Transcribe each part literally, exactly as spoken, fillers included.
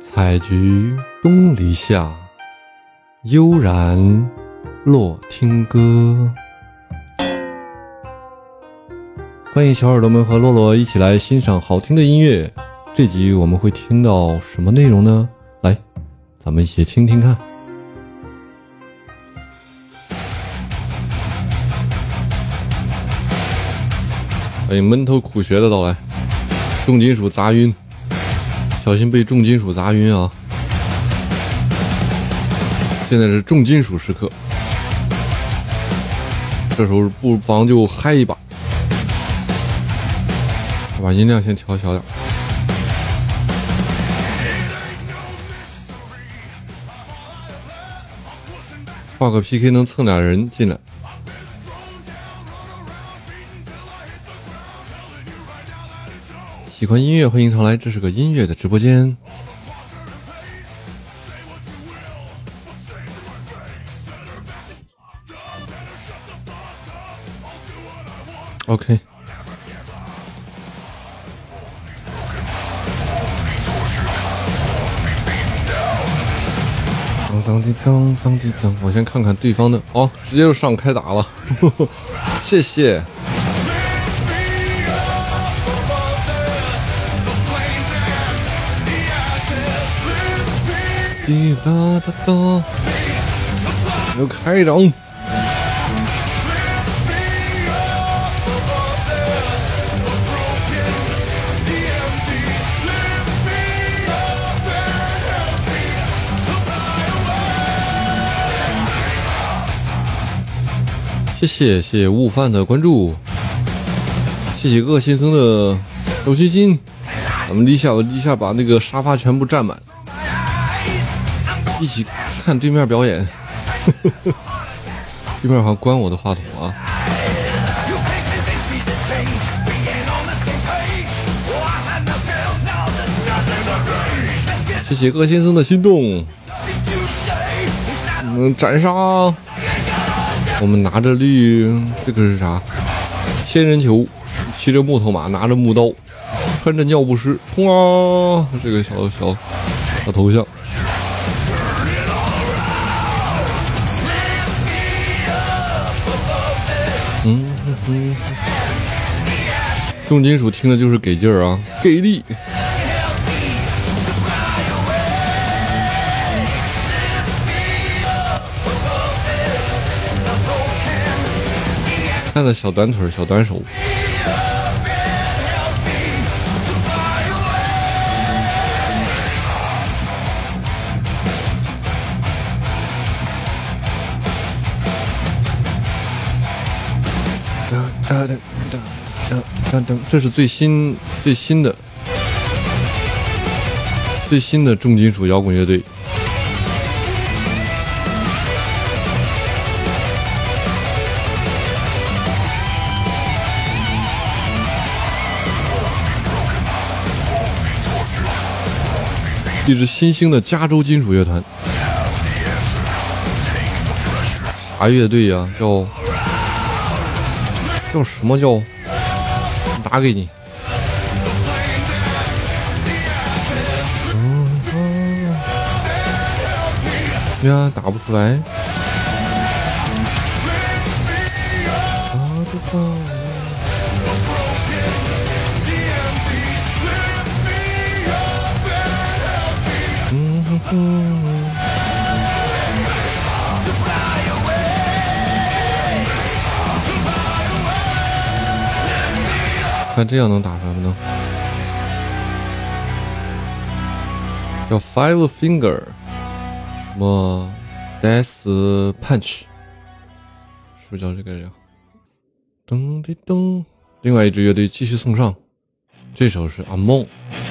采菊东篱下，悠然落听歌。欢迎小耳朵们和洛洛一起来欣赏好听的音乐。这集我们会听到什么内容呢？来，咱们一起听听看。欢迎闷头苦学的到来。重金属砸晕，小心被重金属砸晕啊！现在是重金属时刻，这时候不妨就嗨一把。把音量先调小点，画个 P K 能蹭俩人进来。喜欢音乐欢迎常来，这是个音乐的直播间。OK。当当滴当当滴当，我先看看对方的，哦，直接就上开打了，呵呵，谢谢。滴答答答，要开掌。谢谢谢谢悟饭的关注，谢谢恶先生的小心心。咱们立下立下把那个沙发全部占满，一起看对面表演。对面好像关我的话筒啊。谢谢恶先生的心动。嗯，斩杀。我们拿着绿，这个是啥？仙人球，骑着木头马，拿着木刀，穿着尿不湿，冲啊！这个小小小头像。嗯哼哼，重金属听的就是给劲儿啊，给力！看着小短腿小短手，噔噔噔噔噔，这是最新最新的最新的重金属摇滚乐队。一支新兴的加州金属乐团，啥乐队呀、啊？叫叫什么叫？打给你。嗯啊、呀，打不出来。啊这个嗯，看这样能打什么呢？叫 Five Finger， 什么 Death Punch， 是不是叫这个呀？噔滴噔，另外一支乐队继续送上，这首是阿梦。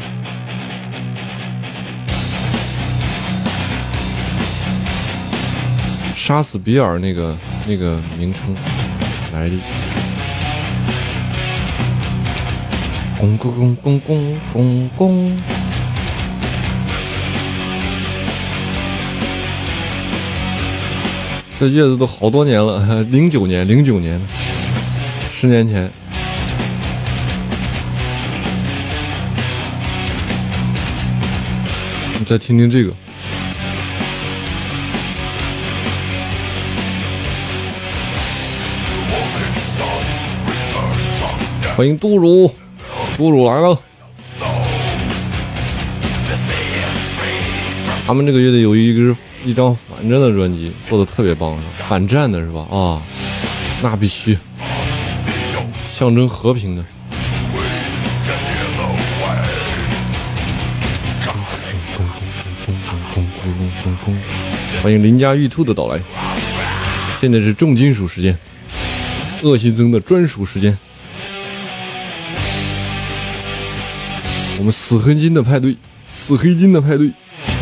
杀死比尔那个那个名称来历。咣咣咣咣咣咣咣。这月子都好多年了，零九年，零九年，十年前。 再听听这个。欢迎杜汝，杜汝来了。他们这个乐队有一个一张反战的专辑，做的特别棒，反战的是吧？啊，那必须，象征和平的。欢迎邻家玉兔的到来。现在是重金属时间，恶心僧的专属时间。我们死黑金的派对，死黑金的派对。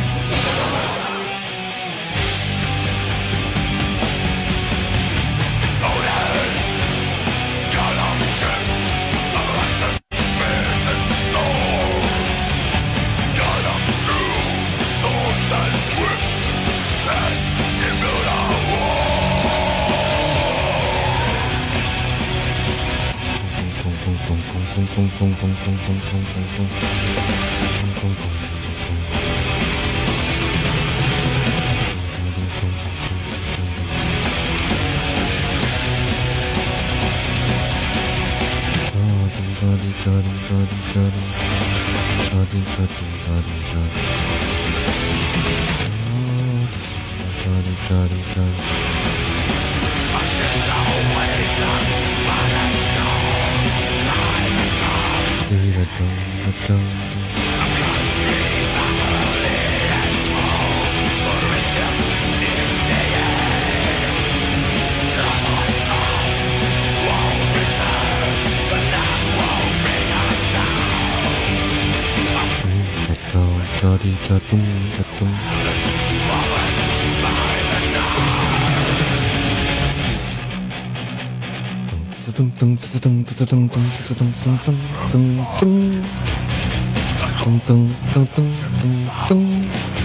哒滴哒咚哒咚。噔噔噔噔噔噔噔噔噔噔噔噔噔噔噔噔噔。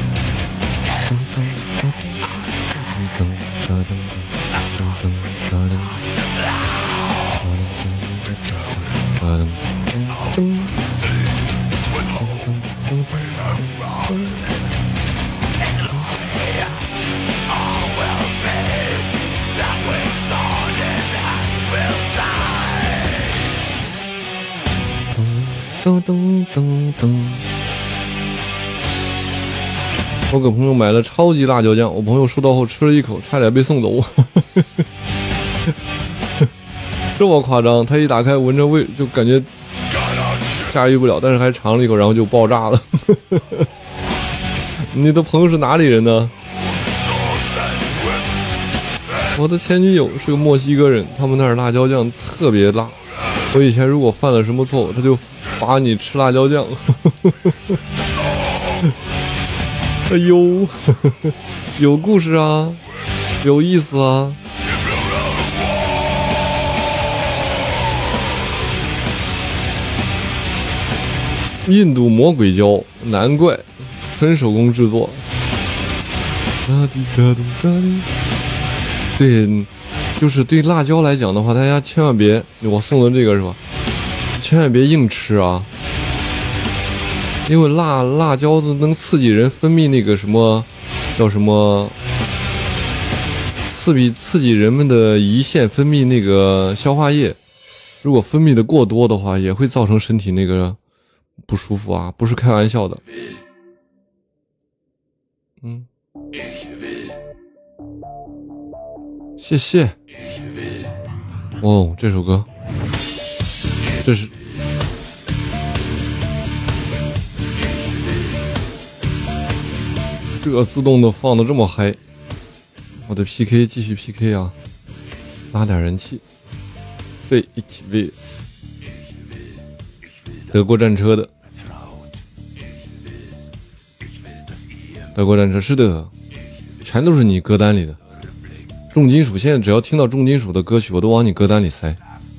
噔噔噔噔！我给朋友买了超级辣椒酱，我朋友收到后吃了一口，差点被送走。这么夸张？他一打开闻着味就感觉驾驭不了，但是还尝了一口，然后就爆炸了。你的朋友是哪里人呢？我的前女友是个墨西哥人，他们那儿辣椒酱特别辣。我以前如果犯了什么错误，他就罚你吃辣椒酱。哎呦，有故事啊，有意思啊。印度魔鬼椒，难怪纯手工制作。对，就是对辣椒来讲的话，大家千万别，我送的这个是吧？千万别硬吃啊，因为辣辣椒子能刺激人分泌那个什么叫什么，刺激刺激人们的胰腺分泌那个消化液，如果分泌的过多的话，也会造成身体那个不舒服啊，不是开玩笑的。嗯，谢谢。哦，这首歌，这是这自动的放的这么嗨，我的 P K 继续 P K 啊，拉点人气，对，一起喂。德国战车的，德国战车是的，全都是你歌单里的。重金属，现在只要听到重金属的歌曲，我都往你歌单里塞。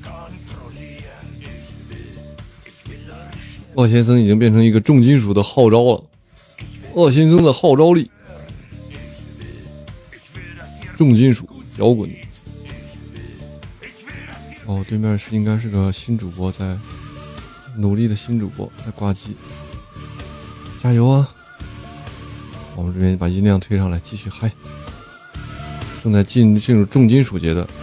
恶先生已经变成一个重金属的号召了，恶先生的号召力，重金属摇滚。哦，对面是应该是个新主播在努力的新主播在挂机，加油啊！ 我们这边把音量推上来，继续嗨。正在进进入重金属阶段。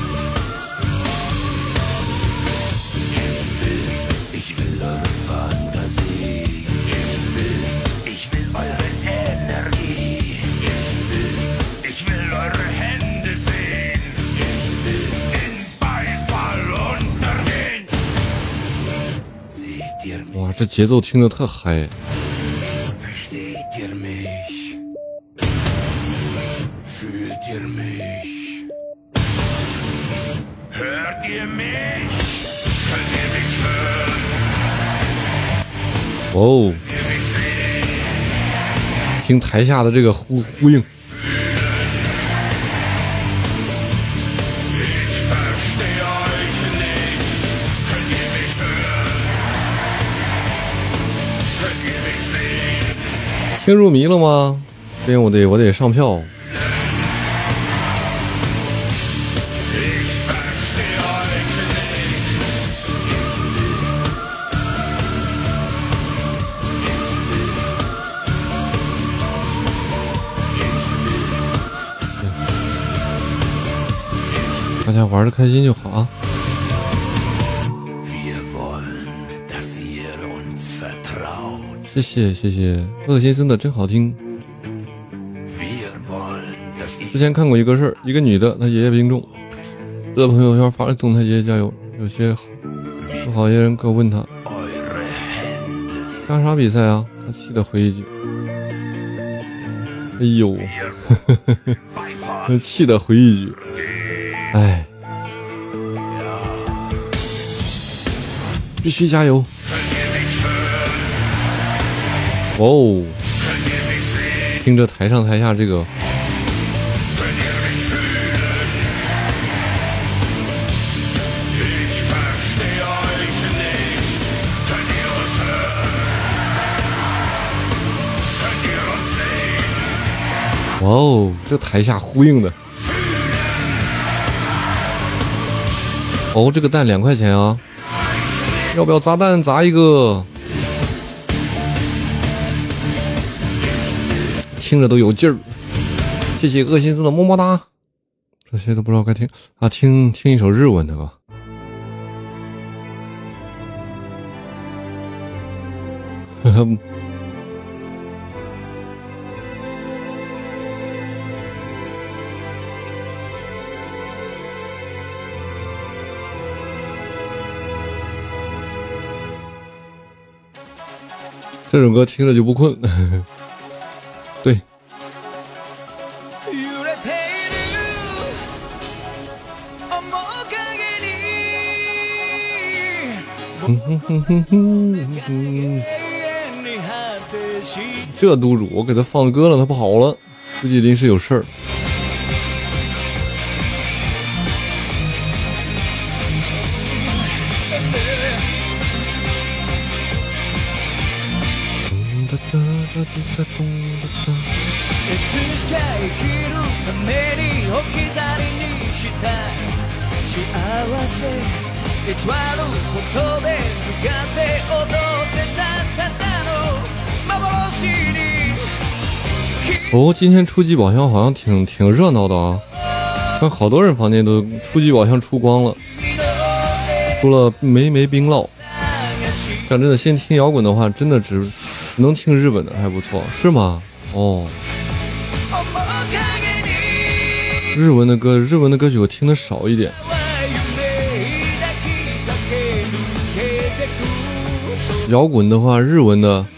哇，这节奏听着特嗨。哦，听台下的这个呼呼应。听入迷了吗？这边我得我得上票。大家玩的开心就好啊！谢谢谢谢，恶先生的真好听。之前看过一个事儿，一个女的，她爷爷病重，在朋友圈发了动态，爷爷加油。有些不好些人各问他干啥比赛啊？他气得回一句：“哎呦，他气得回一句。”哎，必须加油！哦，听着台上台下这个，哇哦，这台下呼应的。哦，这个蛋两块钱啊，要不要砸蛋砸一个？听着都有劲儿。谢谢恶心思的么么哒。这些都不知道该听啊，听听一首日文的吧。呵呵。这首歌听着就不困。对。这督主，我给他放歌了，他跑了，估计临时有事儿。哦，今天初级宝箱好像挺挺热闹的啊，看好多人房间都初级宝箱出光了，除了梅梅冰酪。讲真的，先听摇滚的话，真的只能听日本的还不错，是吗？哦，日文的歌，日文的歌曲我听的少一点。摇滚的话，日文的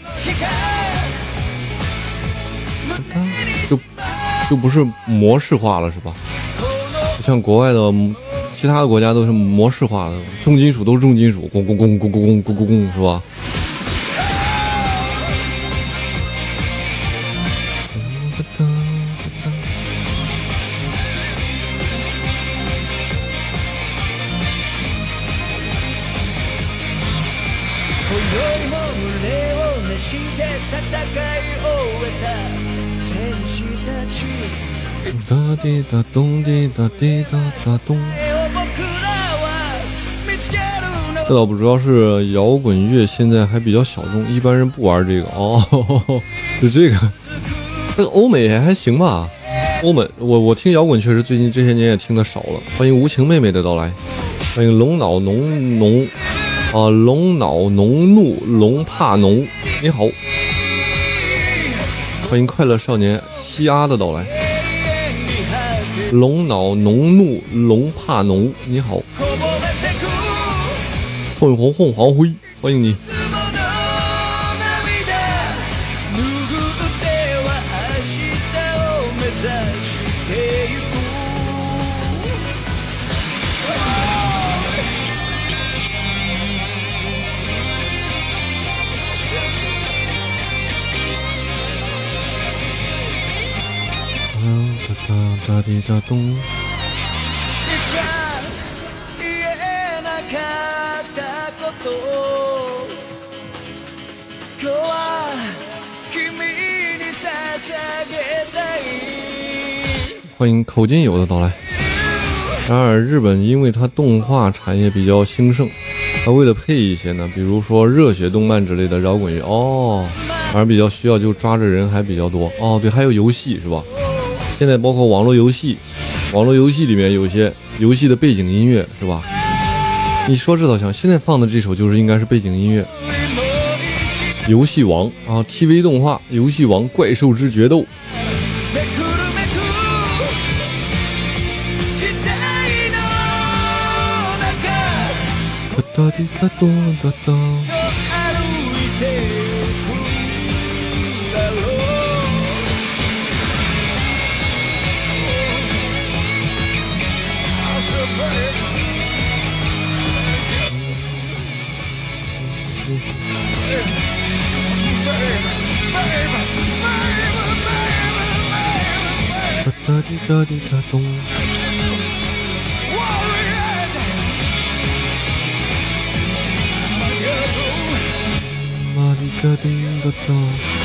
就就不是模式化了，是吧？不像国外的其他的国家都是模式化的，重金属都是重金属，咣咣咣咣咣咣咣咣，是吧？哒滴哒咚滴哒滴哒哒咚。这倒不，主要是摇滚乐现在还比较小众，一般人不玩这个哦，是这个。 这个欧美还行吧，欧美我我听摇滚确实最近这些年也听得少了。欢迎无情妹妹的到来，欢迎龙脑浓浓啊龙脑浓怒龙怕浓，你好，欢迎快乐少年西阿的到来，龙脑浓怒龙怕浓，你好，混红混黄灰，欢迎你。哒哒哒滴哒咚。欢迎口津友的到来。然而日本因为它动画产业比较兴盛，它为了配一些呢，比如说热血动漫之类的摇滚乐哦，而比较需要就抓着人还比较多哦。对，还有游戏是吧？现在包括网络游戏，网络游戏里面有些游戏的背景音乐是吧？你说这倒像现在放的这首就是应该是背景音乐。游戏王啊 ，T V 动画游戏王怪兽之决斗。哒滴哒咚哒哒。哒滴哒滴哒咚。玛丽嘎叮哒哒。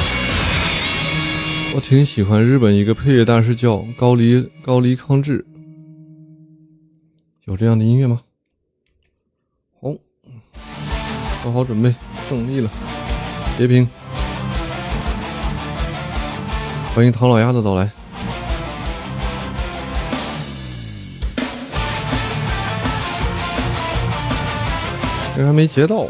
我挺喜欢日本一个配乐大师叫高梨高梨康治，有这样的音乐吗？好，做好准备，胜利了，截屏。欢迎唐老鸭的到来。这还没截到。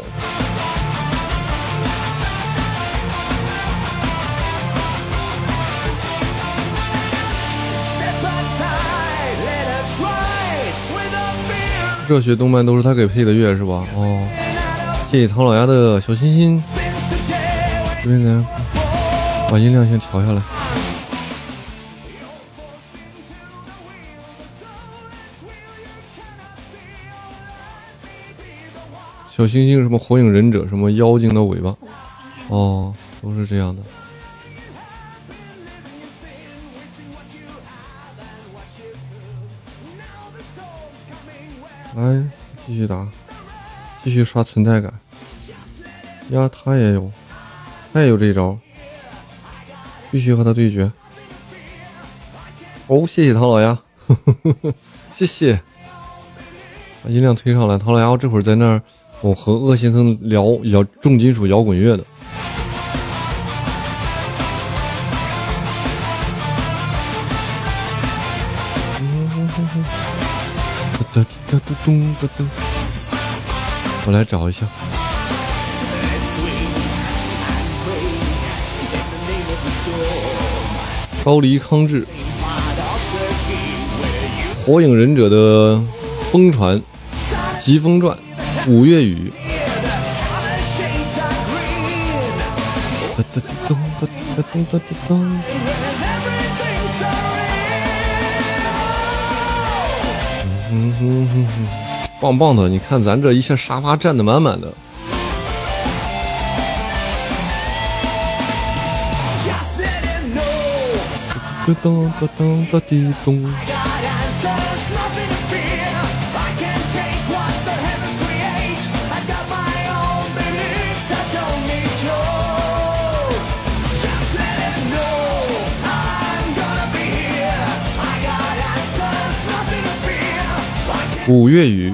热血动漫都是他给配的乐是吧？哦，谢谢唐老鸭的小心心。这边呢，把音量先调下来。小星星什么火影忍者什么妖精的尾巴，哦，都是这样的。来，继续打，继续刷存在感。呀，他也有，他也有这一招，必须和他对决。哦，谢谢唐老鸭，呵呵呵，谢谢。把音量推上来，唐老鸭，我这会儿在那儿，我和鄂先生聊摇重金属摇滚乐的。哒哒哒咚哒哒，我来找一下。高梨康治，火影忍者的风传，疾风传，五月雨。哒哒哒咚哒哒咚哒哒咚。嗯哼哼哼，棒棒的！你看咱这一下沙发占得满满的。哒咚哒咚哒滴咚。五月雨，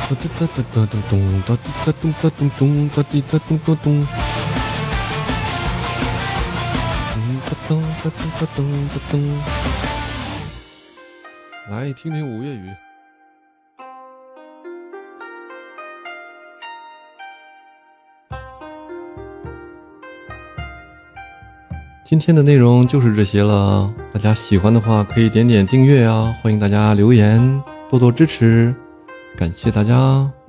哒哒哒哒哒咚，哒滴哒咚哒咚咚，哒滴哒咚咚咚。咚哒咚哒咚哒咚哒咚。来听听五月雨。今天的内容就是这些了，大家喜欢的话可以点点订阅啊，欢迎大家留言，多多支持，感谢大家。